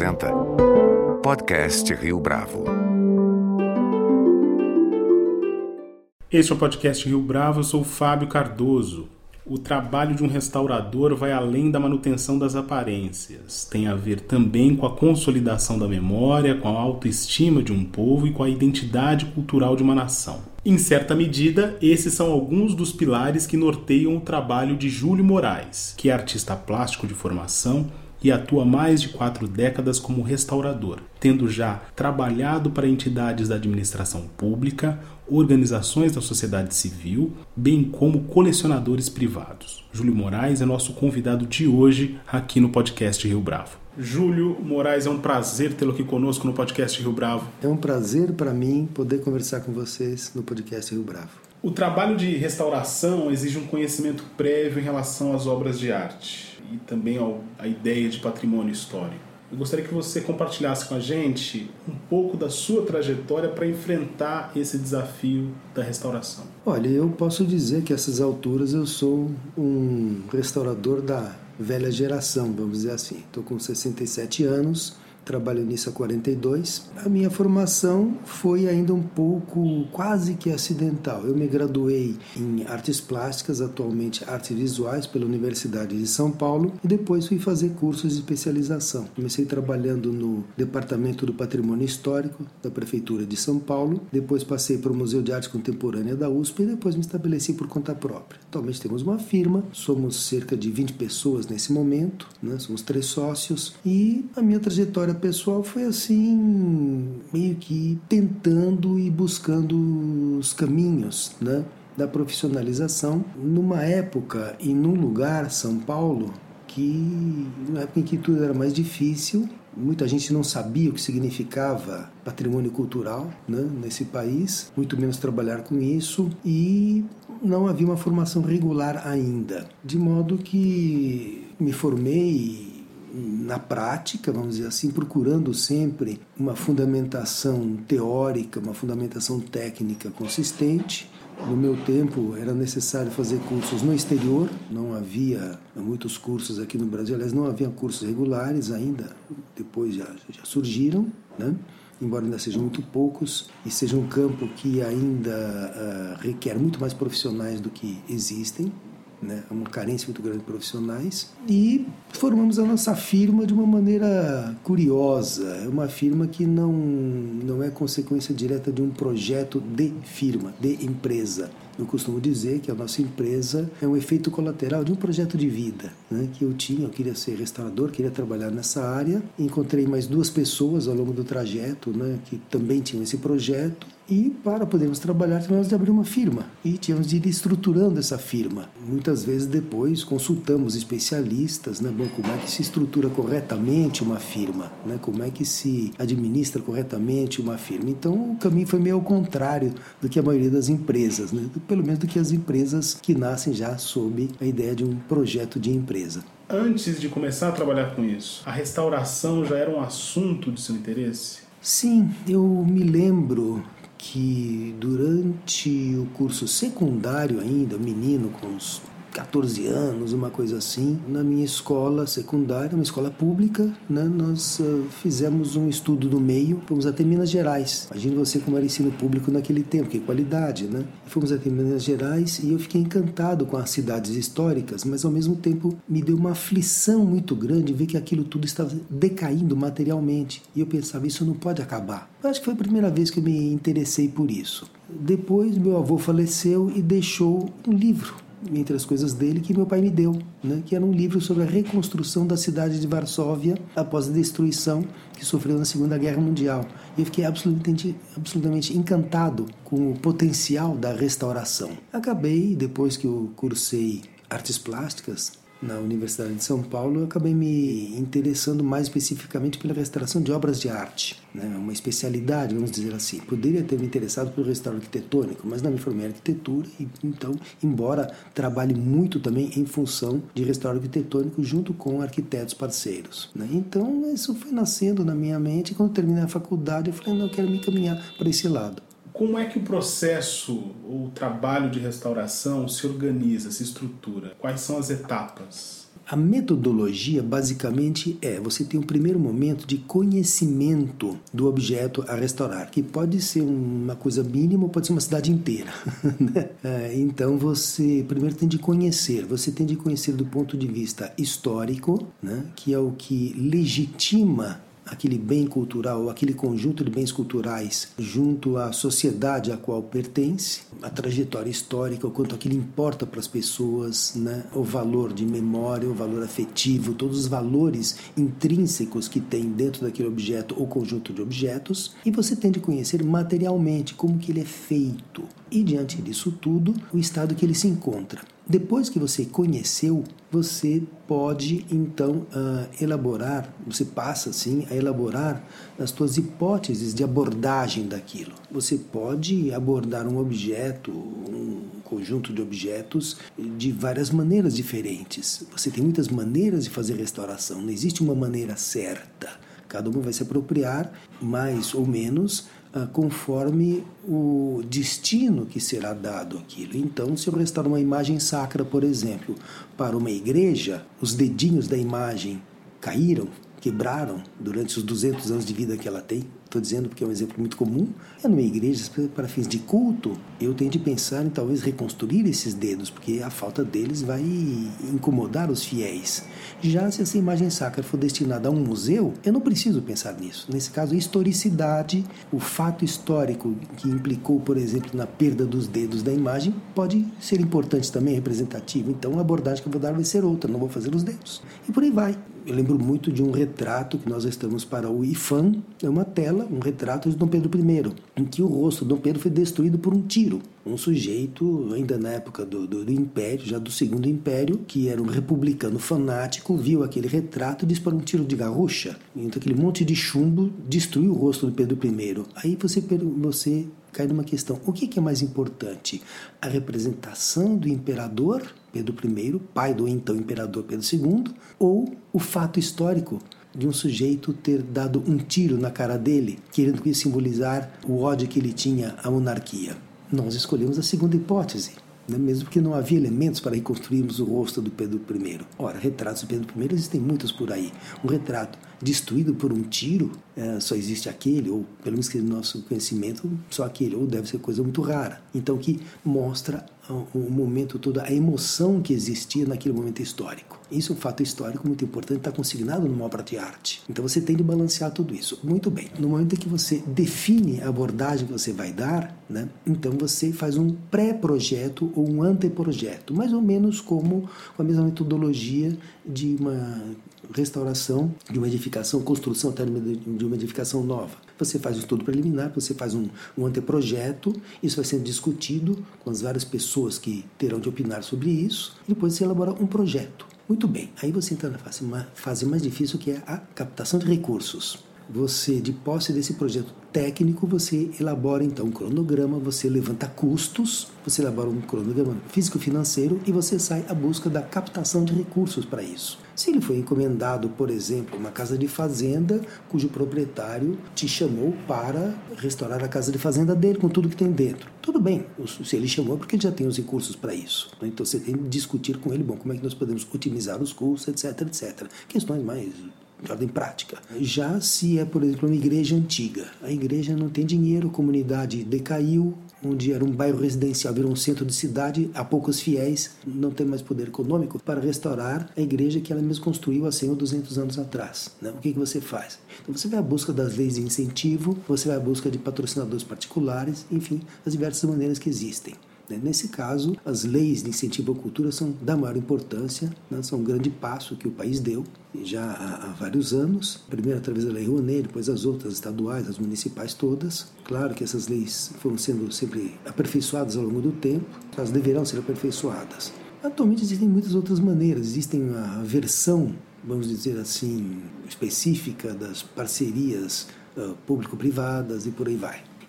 apresenta Podcast Rio Bravo. Este é o Podcast Rio Bravo, eu sou o Fábio Cardoso. O trabalho de um restaurador vai além da manutenção das aparências. Tem a ver também com a consolidação da memória, com a autoestima de um povo e com a identidade cultural de uma nação. Em certa medida, esses são alguns dos pilares que norteiam o trabalho de Júlio Moraes, que é artista plástico de formação e atua há mais de 4 décadas como restaurador, tendo já trabalhado para entidades da administração pública, organizações da sociedade civil, bem como colecionadores privados. Júlio Moraes é nosso convidado de hoje aqui no Podcast Rio Bravo. Júlio Moraes, é um prazer tê-lo aqui conosco no Podcast Rio Bravo. É um prazer para mim poder conversar com vocês no Podcast Rio Bravo. O trabalho de restauração exige um conhecimento prévio em relação às obras de arte e também à ideia de patrimônio histórico. Eu gostaria que você compartilhasse com a gente um pouco da sua trajetória para enfrentar esse desafio da restauração. Olha, eu posso dizer que a essas alturas eu sou um restaurador da velha geração, vamos dizer assim. Estou com 67 anos, trabalho nisso há 42. A minha formação foi ainda um pouco, quase que acidental. Eu me graduei em artes plásticas, atualmente artes visuais, pela Universidade de São Paulo, e depois fui fazer cursos de especialização. Comecei trabalhando no Departamento do Patrimônio Histórico da Prefeitura de São Paulo, depois passei para o Museu de Arte Contemporânea da USP e depois me estabeleci por conta própria. Atualmente temos uma firma, somos cerca de 20 pessoas nesse momento, né? Somos 3 sócios, e a minha trajetória pessoal foi assim, meio que tentando e buscando os caminhos, né, da profissionalização numa época e num lugar, São Paulo, que na época em que tudo era mais difícil, muita gente não sabia o que significava patrimônio cultural, né, nesse país, muito menos trabalhar com isso, e não havia uma formação regular ainda, de modo que me formei na prática, vamos dizer assim, procurando sempre uma fundamentação teórica, uma fundamentação técnica consistente. No meu tempo era necessário fazer cursos no exterior, não havia muitos cursos aqui no Brasil, aliás, não havia cursos regulares ainda, depois já surgiram, né? Embora ainda sejam muito poucos, e seja um campo que ainda requer muito mais profissionais do que existem, né? Uma carência muito grande de profissionais, e formamos a nossa firma de uma maneira curiosa. É uma firma que não é consequência direta de um projeto de firma, de empresa. Eu costumo dizer que a nossa empresa é um efeito colateral de um projeto de vida, né, que eu queria ser restaurador, queria trabalhar nessa área. Encontrei mais 2 pessoas ao longo do trajeto, né, que também tinham esse projeto, e para podermos trabalhar tivemos de abrir uma firma e tivemos de ir estruturando essa firma. Muitas vezes depois consultamos especialistas, né, bom, como é que se estrutura corretamente uma firma, né, como é que se administra corretamente uma firma. Então o caminho foi meio ao contrário do que a maioria das empresas, né, pelo menos do que as empresas que nascem já sob a ideia de um projeto de empresa. Antes de começar a trabalhar com isso, a restauração já era um assunto de seu interesse? Sim, eu me lembro que durante o curso secundário ainda, menino com uns 14 anos, uma coisa assim, na minha escola secundária, uma escola pública, né, nós fizemos um estudo do meio, fomos até Minas Gerais. Imagina você como era ensino público naquele tempo, que qualidade, né? Fomos até Minas Gerais e eu fiquei encantado com as cidades históricas, mas ao mesmo tempo me deu uma aflição muito grande ver que aquilo tudo estava decaindo materialmente. E eu pensava, isso não pode acabar. Eu acho que foi a primeira vez que eu me interessei por isso. Depois meu avô faleceu e deixou um livro entre as coisas dele que meu pai me deu, né, que era um livro sobre a reconstrução da cidade de Varsóvia após a destruição que sofreu na Segunda Guerra Mundial. E eu fiquei absolutamente encantado com o potencial da restauração. Acabei, depois que eu cursei artes plásticas na Universidade de São Paulo, eu acabei me interessando mais especificamente pela restauração de obras de arte, né? Uma especialidade, vamos dizer assim. Poderia ter me interessado pelo restauro arquitetônico, mas não me formei em arquitetura, e então, embora trabalhe muito também em função de restauro arquitetônico junto com arquitetos parceiros, né? Então, isso foi nascendo na minha mente, e quando terminei a faculdade, eu falei, não, eu quero me caminhar para esse lado. Como é que o processo ou o trabalho de restauração se organiza, se estrutura? Quais são as etapas? A metodologia, basicamente, você tem um primeiro momento de conhecimento do objeto a restaurar, que pode ser uma coisa mínima ou pode ser uma cidade inteira. Então, você primeiro tem de conhecer. Você tem de conhecer do ponto de vista histórico, né, que é o que legitima aquele bem cultural, aquele conjunto de bens culturais junto à sociedade a qual pertence, a trajetória histórica, o quanto aquilo importa para as pessoas, né? O valor de memória, o valor afetivo, todos os valores intrínsecos que tem dentro daquele objeto ou conjunto de objetos, e você tem de conhecer materialmente como que ele é feito e, diante disso tudo, o estado que ele se encontra. Depois que você conheceu, você pode então elaborar, você passa assim a elaborar as suas hipóteses de abordagem daquilo. Você pode abordar um objeto, um conjunto de objetos de várias maneiras diferentes. Você tem muitas maneiras de fazer restauração, não existe uma maneira certa. Cada um vai se apropriar mais ou menos conforme o destino que será dado àquilo. Então, se eu restaurar uma imagem sacra, por exemplo, para uma igreja, os dedinhos da imagem caíram, quebraram durante os 200 anos de vida que ela tem. Estou dizendo porque é um exemplo muito comum. Numa igreja, para fins de culto, eu tenho de pensar em talvez reconstruir esses dedos, porque a falta deles vai incomodar os fiéis. Já se essa imagem sacra for destinada a um museu, eu não preciso pensar nisso. Nesse caso, a historicidade, o fato histórico que implicou, por exemplo, na perda dos dedos da imagem, pode ser importante também, representativo. Então, a abordagem que eu vou dar vai ser outra, não vou fazer os dedos. E por aí vai. Eu lembro muito de um retrato que nós estamos para o IFAM, é uma tela, um retrato de Dom Pedro I, em que o rosto de Dom Pedro foi destruído por um tiro. Um sujeito, ainda na época do Império, já do Segundo Império, que era um republicano fanático, viu aquele retrato e disparou um tiro de garrucha. Então aquele monte de chumbo destruiu o rosto de Pedro I. Aí você cai numa questão, o que é mais importante? A representação do imperador Pedro I, pai do então imperador Pedro II, ou o fato histórico de um sujeito ter dado um tiro na cara dele, querendo simbolizar o ódio que ele tinha à monarquia? Nós escolhemos a segunda hipótese, né? Mesmo porque não havia elementos para reconstruirmos o rosto do Pedro I. Ora, retratos do Pedro I existem muitos por aí. Um retrato destruído por um tiro, só existe aquele, ou pelo menos que no nosso conhecimento, só aquele, ou deve ser coisa muito rara. Então, que mostra o momento todo, a emoção que existia naquele momento histórico. Isso é um fato histórico muito importante, está consignado numa obra de arte. Então você tem de balancear tudo isso. Muito bem, no momento em que você define a abordagem que você vai dar, né, então você faz um pré-projeto ou um anteprojeto, mais ou menos como com a mesma metodologia de uma restauração, de uma edificação, construção até de uma edificação nova. Você faz um estudo preliminar, você faz um anteprojeto, isso vai sendo discutido com as várias pessoas que terão de opinar sobre isso, e depois você elabora um projeto. Muito bem, aí você entra na fase mais difícil, que é a captação de recursos. Você, de posse desse projeto técnico, você elabora então um cronograma, você levanta custos, você elabora um cronograma físico-financeiro e você sai à busca da captação de recursos para isso. Se ele foi encomendado, por exemplo, uma casa de fazenda, cujo proprietário te chamou para restaurar a casa de fazenda dele com tudo que tem dentro. Tudo bem, se ele chamou é porque ele já tem os recursos para isso. Então você tem que discutir com ele, como é que nós podemos otimizar os custos, etc, etc. Questões mais de ordem prática. Já se é, por exemplo, uma igreja antiga, a igreja não tem dinheiro, a comunidade decaiu, onde era um bairro residencial, virou um centro de cidade, há poucos fiéis, não tem mais poder econômico para restaurar a igreja que ela mesma construiu há 100 ou 200 anos atrás. Né? O que você faz? Então você vai à busca das leis de incentivo, você vai à busca de patrocinadores particulares, enfim, as diversas maneiras que existem. Nesse caso, as leis de incentivo à cultura são da maior importância, né? São um grande passo que o país deu já há vários anos, primeiro através da Lei Rouanet, depois as outras estaduais, as municipais todas. Claro que essas leis foram sendo sempre aperfeiçoadas ao longo do tempo, elas deverão ser aperfeiçoadas. Atualmente existem muitas outras maneiras, existem a versão, vamos dizer assim, específica das parcerias público-privadas e por aí vai.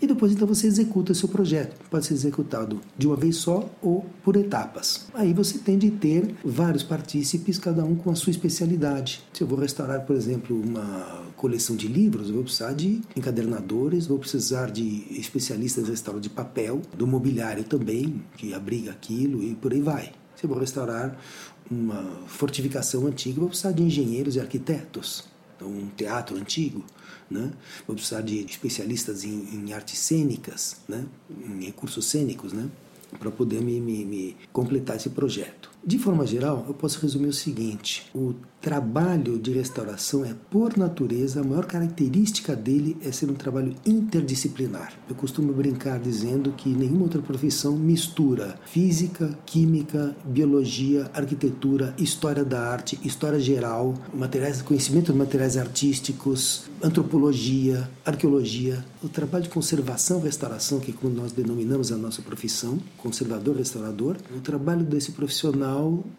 E depois então você executa seu projeto. Pode ser executado de uma vez só ou por etapas. Aí você tem de ter vários partícipes, cada um com a sua especialidade. Se eu vou restaurar, por exemplo, uma coleção de livros, eu vou precisar de encadernadores, vou precisar de especialistas em restauro de papel, do mobiliário também, que abriga aquilo e por aí vai. Se eu vou restaurar uma fortificação antiga, vou precisar de engenheiros e arquitetos. Um teatro antigo, né? Vou precisar de especialistas em artes cênicas, né? Em recursos cênicos, né? Para poder me completar esse projeto. De forma geral, eu posso resumir o seguinte: o trabalho de restauração é, por natureza, a maior característica dele é ser um trabalho interdisciplinar. Eu costumo brincar dizendo que nenhuma outra profissão mistura física, química, biologia, arquitetura, história da arte, história geral, conhecimento de materiais artísticos, antropologia, arqueologia. O trabalho de conservação e restauração, que é como nós denominamos a nossa profissão, conservador-restaurador, o trabalho desse profissional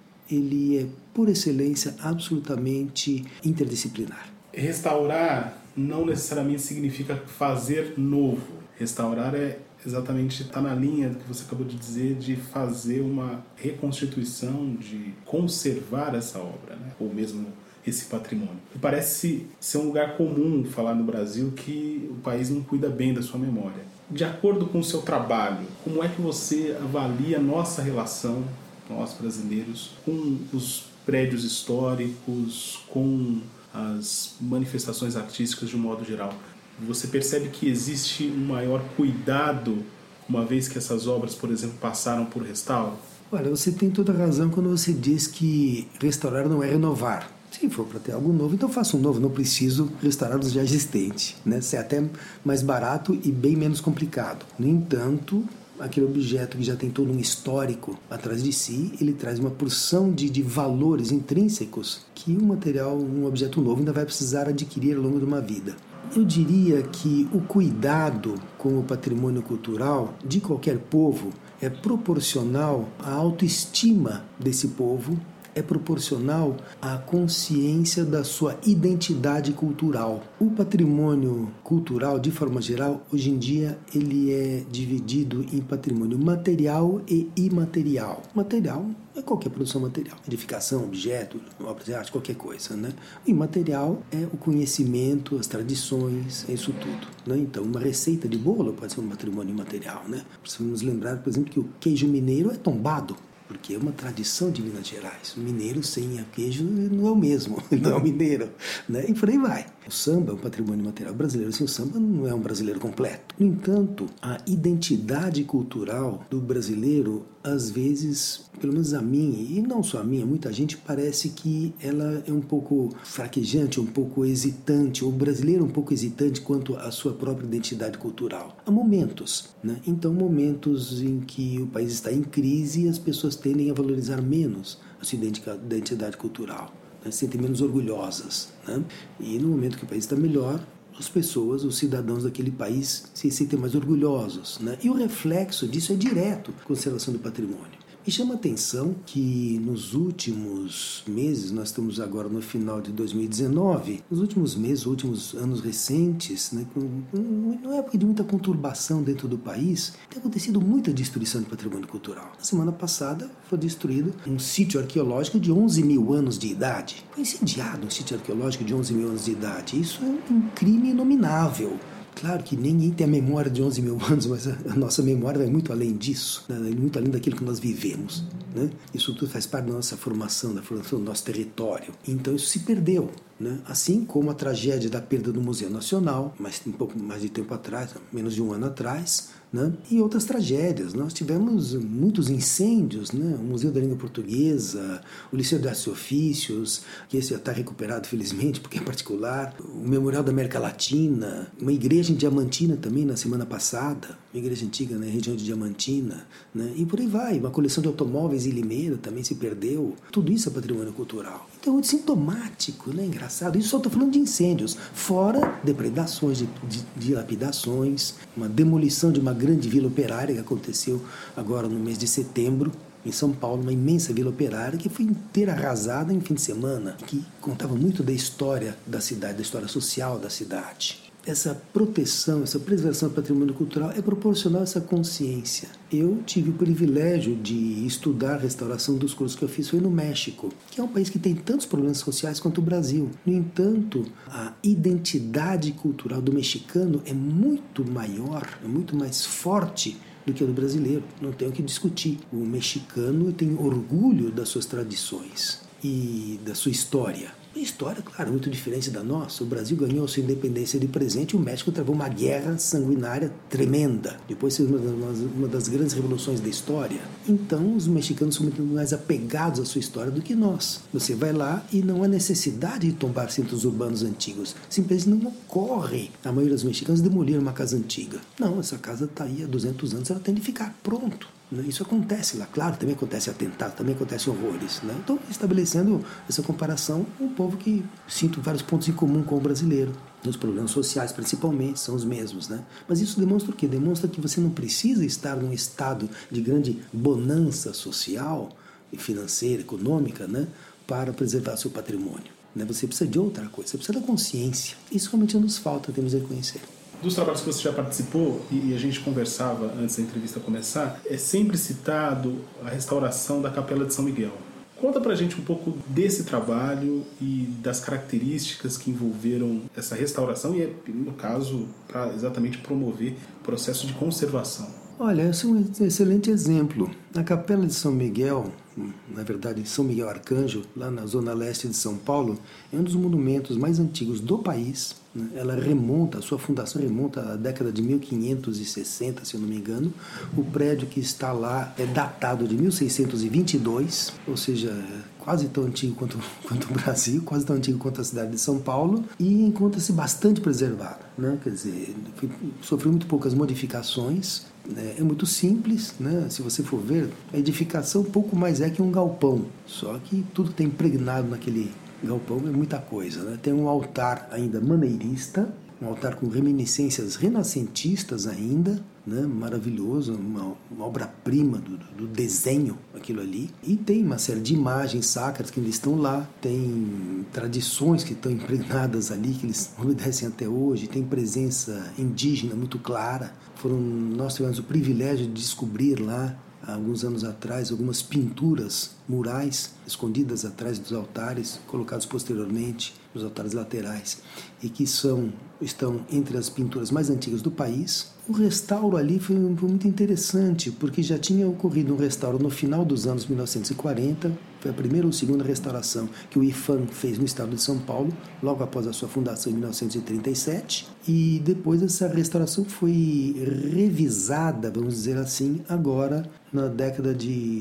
ele é, por excelência, absolutamente interdisciplinar. Restaurar não necessariamente significa fazer novo. Restaurar é exatamente estar na linha do que você acabou de dizer, de fazer uma reconstituição, de conservar essa obra, né? Ou mesmo esse patrimônio. E parece ser um lugar comum falar no Brasil que o país não cuida bem da sua memória. De acordo com o seu trabalho, como é que você avalia a nossa relação, nós brasileiros, com os prédios históricos, com as manifestações artísticas de um modo geral? Você percebe que existe um maior cuidado, uma vez que essas obras, por exemplo, passaram por restauro? Olha, você tem toda a razão quando você diz que restaurar não é renovar. Se for para ter algo novo, então faça um novo, não preciso restaurar os já existentes, né? Isso é até mais barato e bem menos complicado. No entanto, aquele objeto que já tem todo um histórico atrás de si, ele traz uma porção de valores intrínsecos que um objeto novo ainda vai precisar adquirir ao longo de uma vida. Eu diria que o cuidado com o patrimônio cultural de qualquer povo é proporcional à autoestima desse povo, é proporcional à consciência da sua identidade cultural. O patrimônio cultural, de forma geral, hoje em dia, ele é dividido em patrimônio material e imaterial. Material é qualquer produção material, edificação, objeto, obras de arte, qualquer coisa, né? O imaterial é o conhecimento, as tradições, é isso tudo, né? Então, uma receita de bolo pode ser um patrimônio imaterial, né? Precisamos lembrar, por exemplo, que o queijo mineiro é tombado, porque é uma tradição de Minas Gerais. O mineiro sem queijo não é o mesmo, não é o mineiro, né? E por aí vai. O samba é um patrimônio material brasileiro. Sem o samba não é um brasileiro completo. No entanto, a identidade cultural do brasileiro, às vezes, pelo menos a minha, e não só a minha, muita gente parece que ela é um pouco fraquejante, um pouco hesitante, o brasileiro é um pouco hesitante quanto à sua própria identidade cultural. Há momentos, né? Então, momentos em que o país está em crise e as pessoas tendem a valorizar menos a sua identidade cultural, né? Se sentem menos orgulhosas, né? E no momento que o país está melhor, as pessoas, os cidadãos daquele país se sentem mais orgulhosos, né? E o reflexo disso é direto, conservação do patrimônio. Me chama a atenção que nos últimos meses, nós estamos agora no final de 2019, nos últimos meses, últimos anos recentes, né, numa época de muita conturbação dentro do país, tem acontecido muita destruição de patrimônio cultural. Na semana passada foi destruído um sítio arqueológico de 11 mil anos de idade. Foi incendiado um sítio arqueológico de 11 mil anos de idade. Isso é um crime inominável. Claro que ninguém tem a memória de 11 mil anos, mas a nossa memória vai muito além disso, né? Muito além daquilo que nós vivemos, né? Isso tudo faz parte da nossa formação, da formação do nosso território. Então isso se perdeu, né? Assim como a tragédia da perda do Museu Nacional, mas um pouco mais de tempo atrás, menos de um ano atrás, né? E outras tragédias. Nós tivemos muitos incêndios, né? O Museu da Língua Portuguesa, o Liceu de Artes e Ofícios, que esse já está recuperado, felizmente, porque é particular, o Memorial da América Latina, uma igreja em Diamantina também, na semana passada, uma igreja antiga na região de Diamantina, né? E por aí vai, uma coleção de automóveis em Limeira também se perdeu. Tudo isso é patrimônio cultural. Então é muito sintomático, né? Engraçado. Isso só estou falando de incêndios, fora depredações, de dilapidações, uma demolição de uma grande vila operária que aconteceu agora no mês de setembro, em São Paulo, uma imensa vila operária que foi inteira arrasada em fim de semana, que contava muito da história da cidade, da história social da cidade. essa proteção, essa preservação do patrimônio cultural é proporcional a essa consciência. Eu tive o privilégio de estudar a restauração dos cursos que eu fiz foi no México, que é um país que tem tantos problemas sociais quanto o Brasil. No entanto, a identidade cultural do mexicano é muito maior, é muito mais forte do que a do brasileiro. Não tem o que discutir. O mexicano tem orgulho das suas tradições e da sua história. A história, claro, é muito diferente da nossa. O Brasil ganhou sua independência de presente e o México travou uma guerra sanguinária tremenda. Depois foi uma das grandes revoluções da história. Então, os mexicanos são muito mais apegados à sua história do que nós. Você vai lá e não há necessidade de tombar centros urbanos antigos. Simplesmente não ocorre a maioria dos mexicanos demolir uma casa antiga. Não, essa casa está aí há 200 anos, ela tem de ficar pronto. Isso acontece lá, claro, também acontece atentado, também acontece horrores, né? Então, estabelecendo essa comparação, um povo que sinto vários pontos em comum com o brasileiro. Os problemas sociais, principalmente, são os mesmos, né? Mas isso demonstra o quê? Demonstra que você não precisa estar num estado de grande bonança social e financeira, econômica, né? Para preservar seu patrimônio, né? Você precisa de outra coisa, você precisa da consciência. Isso realmente nos falta, temos de reconhecer. Dos trabalhos que você já participou, e a gente conversava antes da entrevista começar, é sempre citado a restauração da Capela de São Miguel. Conta pra gente um pouco desse trabalho e das características que envolveram essa restauração e, no caso, para exatamente promover o processo de conservação. Olha, esse é um excelente exemplo. A Capela de São Miguel, na verdade São Miguel Arcanjo, lá na zona leste de São Paulo, é um dos monumentos mais antigos do país. Ela remonta, a sua fundação remonta à década de 1560, se eu não me engano. O prédio que está lá é datado de 1622, ou seja, quase tão antigo quanto o Brasil, quase tão antigo quanto a cidade de São Paulo, e encontra-se bastante preservado, né? Quer dizer, sofreu muito poucas modificações, né? É muito simples, né? Se você for ver, a edificação pouco mais é que um galpão, só que tudo que está impregnado naquele galpão é muita coisa, né? Tem um altar ainda maneirista, um altar com reminiscências renascentistas ainda, né? Maravilhoso, uma obra-prima do desenho, aquilo ali. E tem uma série de imagens sacras que ainda estão lá, tem tradições que estão impregnadas ali, que eles obedecem até hoje, tem presença indígena muito clara. Nós tivemos o privilégio de descobrir lá, há alguns anos atrás, algumas pinturas murais escondidas atrás dos altares, colocados posteriormente nos altares laterais, e que estão entre as pinturas mais antigas do país. O restauro ali foi muito interessante, porque já tinha ocorrido um restauro no final dos anos 1940, foi a primeira ou segunda restauração que o IPHAN fez no estado de São Paulo, logo após a sua fundação em 1937, e depois essa restauração foi revisada, vamos dizer assim, agora na década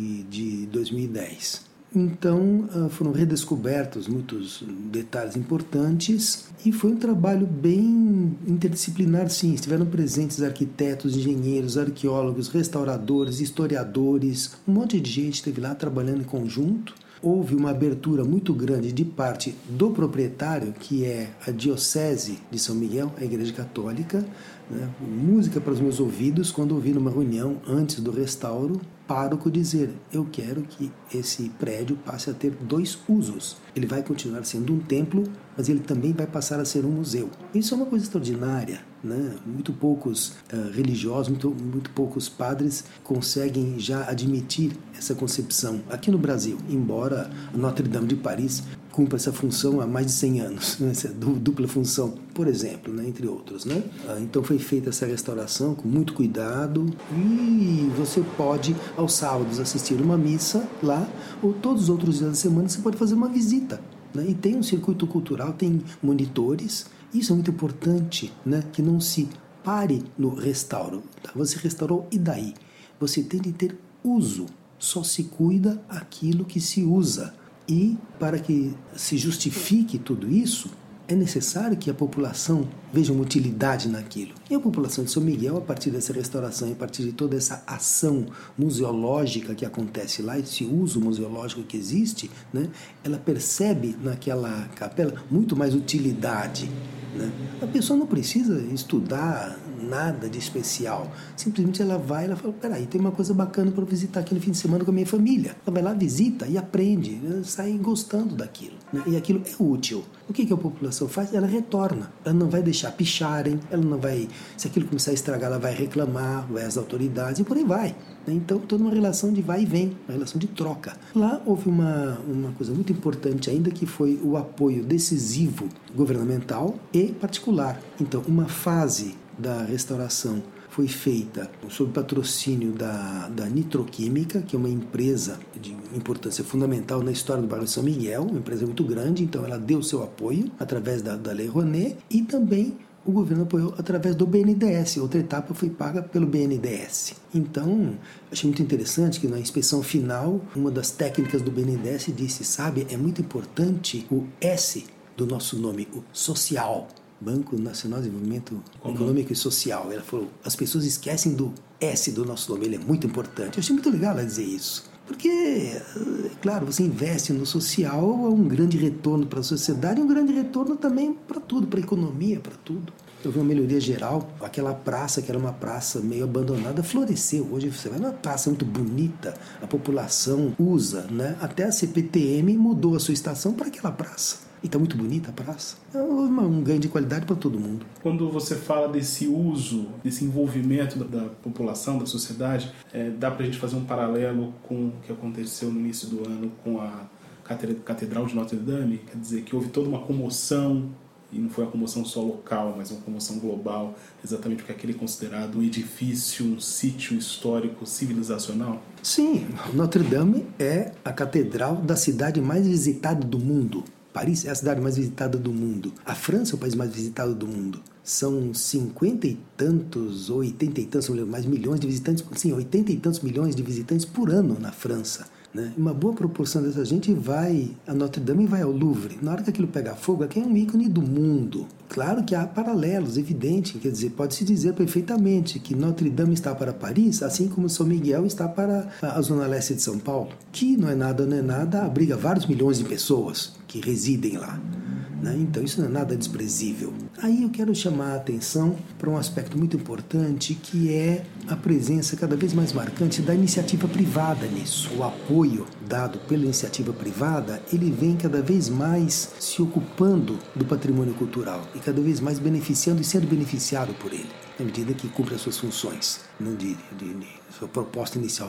de 2010. Então, foram redescobertos muitos detalhes importantes e foi um trabalho bem interdisciplinar, sim. Estiveram presentes arquitetos, engenheiros, arqueólogos, restauradores, historiadores, um monte de gente esteve lá trabalhando em conjunto. Houve uma abertura muito grande de parte do proprietário, que é a Diocese de São Miguel, a Igreja Católica, né? Música para os meus ouvidos quando ouvi numa reunião antes do restauro, pároco dizer: eu quero que esse prédio passe a ter 2 usos. Ele vai continuar sendo um templo, mas ele também vai passar a ser um museu. Isso é uma coisa extraordinária, né? Muito poucos religiosos, muito poucos padres conseguem já admitir essa concepção aqui no Brasil, embora a Notre Dame de Paris cumpra essa função há mais de 100 anos, né? Essa dupla função, por exemplo, né? Entre outros, né? Então foi feita essa restauração com muito cuidado e você pode aos sábados assistir uma missa lá, ou todos os outros dias da semana você pode fazer uma visita, né? E tem um circuito cultural, tem monitores. Isso é muito importante, né? Que não se pare no restauro. Tá? Você restaurou e daí? Você tem de ter uso. Só se cuida aquilo que se usa. E para que se justifique tudo isso, é necessário que a população veja uma utilidade naquilo. E a população de São Miguel, a partir dessa restauração e a partir de toda essa ação museológica que acontece lá, esse uso museológico que existe, né, ela percebe naquela capela muito mais utilidade. Né? A pessoa não precisa estudar nada de especial, simplesmente ela vai, ela fala: peraí, tem uma coisa bacana para visitar aqui no fim de semana com a minha família. Ela vai lá, visita e aprende, sai gostando daquilo, né? E aquilo é útil. O que a população faz? Ela retorna, ela não vai deixar deixar picharem, ela não vai, se aquilo começar a estragar, ela vai reclamar, vai às autoridades e por aí vai. Então, toda uma relação de vai e vem, uma relação de troca. Lá houve uma coisa muito importante ainda, que foi o apoio decisivo governamental e particular. Então, uma fase da restauração foi feita sob patrocínio da Nitroquímica, que é uma empresa de importância fundamental na história do bairro de São Miguel, uma empresa muito grande, então ela deu seu apoio através da Lei Rouanet, e também o governo apoiou através do BNDES. Outra etapa foi paga pelo BNDES. Então, achei muito interessante que na inspeção final, uma das técnicas do BNDES disse, sabe, é muito importante o S do nosso nome, o social, Banco Nacional de Desenvolvimento Econômico e Social. Ela falou, as pessoas esquecem do S do nosso nome, ele é muito importante. Eu achei muito legal ela dizer isso. Porque, claro, você investe no social, é um grande retorno para a sociedade e um grande retorno também para tudo, para a economia, para tudo. Houve uma melhoria geral, aquela praça, que era uma praça meio abandonada, floresceu. Hoje você vai numa praça muito bonita, a população usa, né? Até a CPTM mudou a sua estação para aquela praça. E está muito bonita a praça. É um ganho de qualidade para todo mundo. Quando você fala desse uso, desse envolvimento da população, da sociedade, dá para a gente fazer um paralelo com o que aconteceu no início do ano com a Catedral de Notre Dame? Quer dizer, que houve toda uma comoção, e não foi uma comoção só local, mas uma comoção global, exatamente porque aquele é considerado um edifício, um sítio histórico, civilizacional? Sim, Notre Dame é a catedral da cidade mais visitada do mundo. Paris é a cidade mais visitada do mundo. A França é o país mais visitado do mundo. São 50 e tantos, ou 80 e tantos, mais milhões de visitantes, sim, 80 e tantos milhões de visitantes por ano na França. Né? Uma boa proporção dessa gente vai a Notre Dame e vai ao Louvre. Na hora que aquilo pega fogo, aqui é um ícone do mundo. Claro que há paralelos, evidente, quer dizer, pode-se dizer perfeitamente que Notre Dame está para Paris, assim como São Miguel está para a zona leste de São Paulo, que não é nada, abriga vários milhões de pessoas que residem lá. Né? Então isso não é nada desprezível. Aí eu quero chamar a atenção para um aspecto muito importante, que é a presença cada vez mais marcante da iniciativa privada nisso. O apoio dado pela iniciativa privada, ele vem cada vez mais se ocupando do patrimônio cultural e cada vez mais beneficiando e sendo beneficiado por ele, na medida que cumpre as suas funções, né, de sua proposta inicial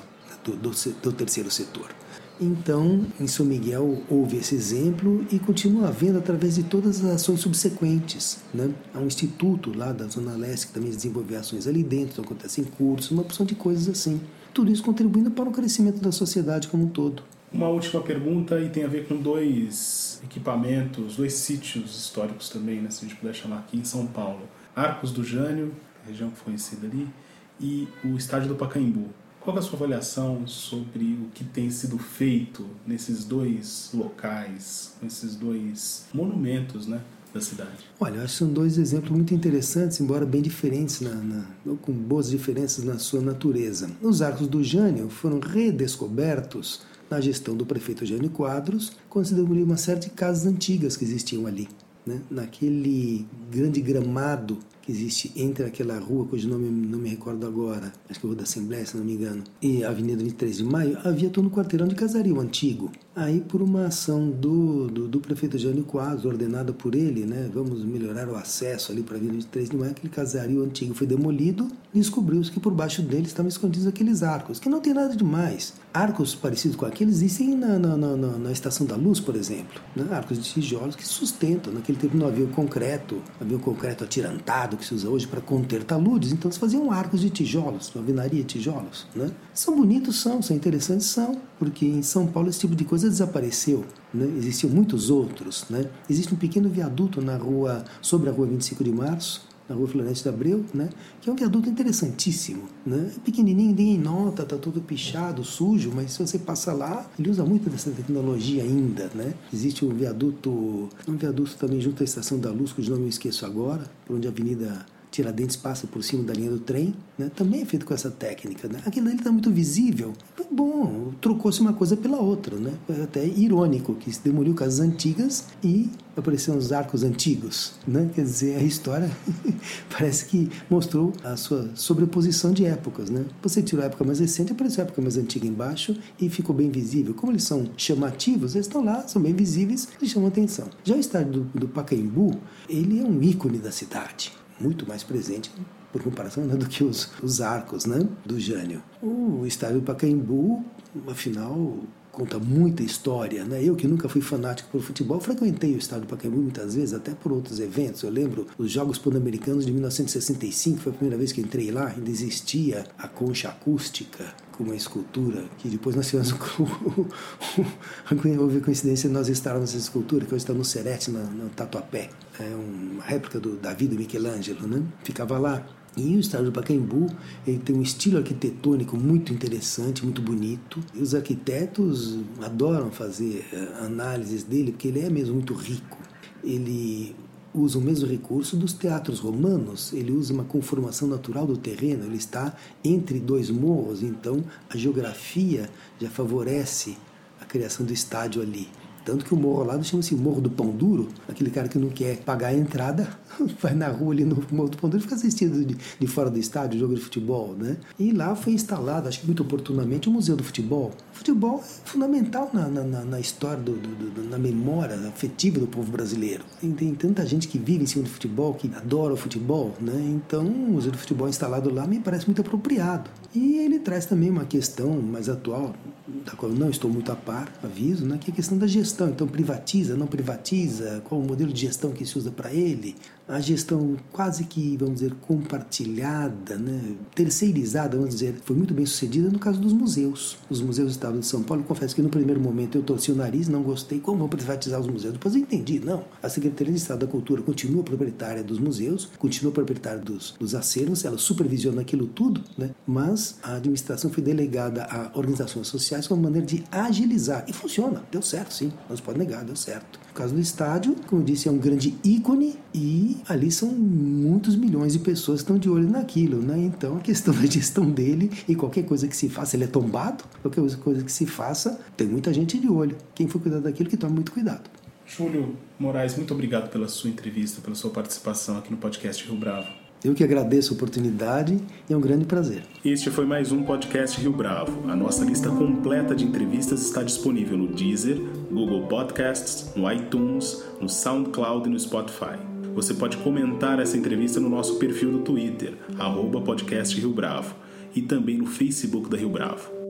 do terceiro setor. Então, em São Miguel houve esse exemplo e continua havendo através de todas as ações subsequentes. Né? Há um instituto lá da Zona Leste que também desenvolve ações ali dentro, então acontecem cursos, uma opção de coisas assim. Tudo isso contribuindo para o crescimento da sociedade como um todo. Uma última pergunta, e tem a ver com dois equipamentos, dois sítios históricos também, né, se a gente puder chamar aqui em São Paulo. Arcos do Jânio, região que foi conhecida ali, e o estádio do Pacaembu. Qual é a sua avaliação sobre o que tem sido feito nesses dois locais, nesses dois monumentos, né, da cidade? Olha, acho que são dois exemplos muito interessantes, embora bem diferentes, com boas diferenças na sua natureza. Os Arcos do Jânio foram redescobertos na gestão do prefeito Jânio Quadros, quando se demoliu uma série de casas antigas que existiam ali. Né? Naquele grande gramado que existe entre aquela rua, cujo nome não me recordo agora, acho que é a Rua da Assembleia, se não me engano, e a Avenida 23 de Maio, havia todo um quarteirão de casario antigo. Aí, por uma ação do prefeito Jânio Quadros, ordenada por ele, né, vamos melhorar o acesso ali para a Avenida 23 de Maio, aquele casario antigo foi demolido e descobriu-se que por baixo dele estavam escondidos aqueles arcos, que não tem nada demais. Arcos parecidos com aqueles existem na Estação da Luz, por exemplo, né? Arcos de tijolos que sustentam. Naquele tempo não havia o concreto atirantado que se usa hoje para conter taludes, então se faziam arcos de tijolos, uma alvenaria de tijolos. Né? São bonitos, são interessantes, são, porque em São Paulo esse tipo de coisa desapareceu. Né? Existiam muitos outros. Né? Existe um pequeno viaduto sobre a Rua 25 de Março, na Rua Florêncio de Abreu, né? Que é um viaduto interessantíssimo, né? É pequenininho, ninguém nota, está todo pichado, sujo, mas se você passa lá, ele usa muito dessa tecnologia ainda, né? Existe um viaduto também junto à Estação da Luz, cujo nome eu esqueço agora, por onde a Avenida Tiradentes passa por cima da linha do trem, né? Também é feito com essa técnica, né? Aquilo ali está muito visível. Bom, trocou-se uma coisa pela outra, né? É até irônico que se demoliu casas antigas e apareceram os arcos antigos, né? Quer dizer, a história parece que mostrou a sua sobreposição de épocas, né? Você tirou a época mais recente, apareceu a época mais antiga embaixo e ficou bem visível. Como eles são chamativos, eles estão lá, são bem visíveis e chamam atenção. Já o estádio do Pacaembu, ele é um ícone da cidade, muito mais presente por comparação, né, do que os arcos, né, do Jânio. O estádio do Pacaembu, afinal, conta muita história, né? Eu que nunca fui fanático por futebol, frequentei o estádio do Pacaembu muitas vezes, até por outros eventos. Eu lembro os Jogos Pan-Americanos de 1965, foi a primeira vez que entrei lá, ainda existia a concha acústica com uma escultura, que depois nós tivemos houve coincidência de nós estarmos nessa escultura, que hoje está no Serete, no Tatuapé. É uma réplica do Davi do Michelangelo, né? Ficava lá. E o estádio do Pacaembu, ele tem um estilo arquitetônico muito interessante, muito bonito. E os arquitetos adoram fazer análises dele, porque ele é mesmo muito rico. Ele usa o mesmo recurso dos teatros romanos, ele usa uma conformação natural do terreno, ele está entre dois morros, então a geografia já favorece a criação do estádio ali. Tanto que o morro ao lado chama-se Morro do Pão Duro. Aquele cara que não quer pagar a entrada vai na rua ali no Morro do Pão Duro e fica assistindo de fora do estádio, jogo de futebol, né? E lá foi instalado, acho que muito oportunamente, o Museu do Futebol. O futebol é fundamental na história, na memória afetiva do povo brasileiro. Tem tanta gente que vive em cima do futebol, que adora o futebol, né? Então o Museu do Futebol instalado lá me parece muito apropriado. E ele traz também uma questão mais atual, da qual eu não estou muito a par, aviso, né, que é a questão da gestão. Então, privatiza, não privatiza, qual o modelo de gestão que se usa para ele, a gestão quase que, vamos dizer, compartilhada, né, terceirizada, vamos dizer, foi muito bem sucedida no caso dos museus. Os museus do Estado de São Paulo, confesso que no primeiro momento eu torci o nariz, não gostei, como vão privatizar os museus? Depois eu entendi, não. A Secretaria de Estado da Cultura continua proprietária dos museus, continua proprietária dos acervos, ela supervisiona aquilo tudo, né, mas a administração foi delegada a organizações sociais como maneira de agilizar. E funciona, deu certo, sim, não se pode negar, deu certo. No caso do estádio, como eu disse, é um grande ícone e ali são muitos milhões de pessoas que estão de olho naquilo, né? Então a questão da gestão dele e qualquer coisa que se faça, ele é tombado, qualquer coisa que se faça, tem muita gente de olho. Quem for cuidar daquilo, que tome muito cuidado. Júlio Moraes, muito obrigado pela sua entrevista, pela sua participação aqui no podcast Rio Bravo. Eu que agradeço a oportunidade e é um grande prazer. Este foi mais um podcast Rio Bravo. A nossa lista completa de entrevistas está disponível no Deezer, Google Podcasts, no iTunes, no SoundCloud e no Spotify. Você pode comentar essa entrevista no nosso perfil do Twitter, @podcastRioBravo, e também no Facebook da Rio Bravo.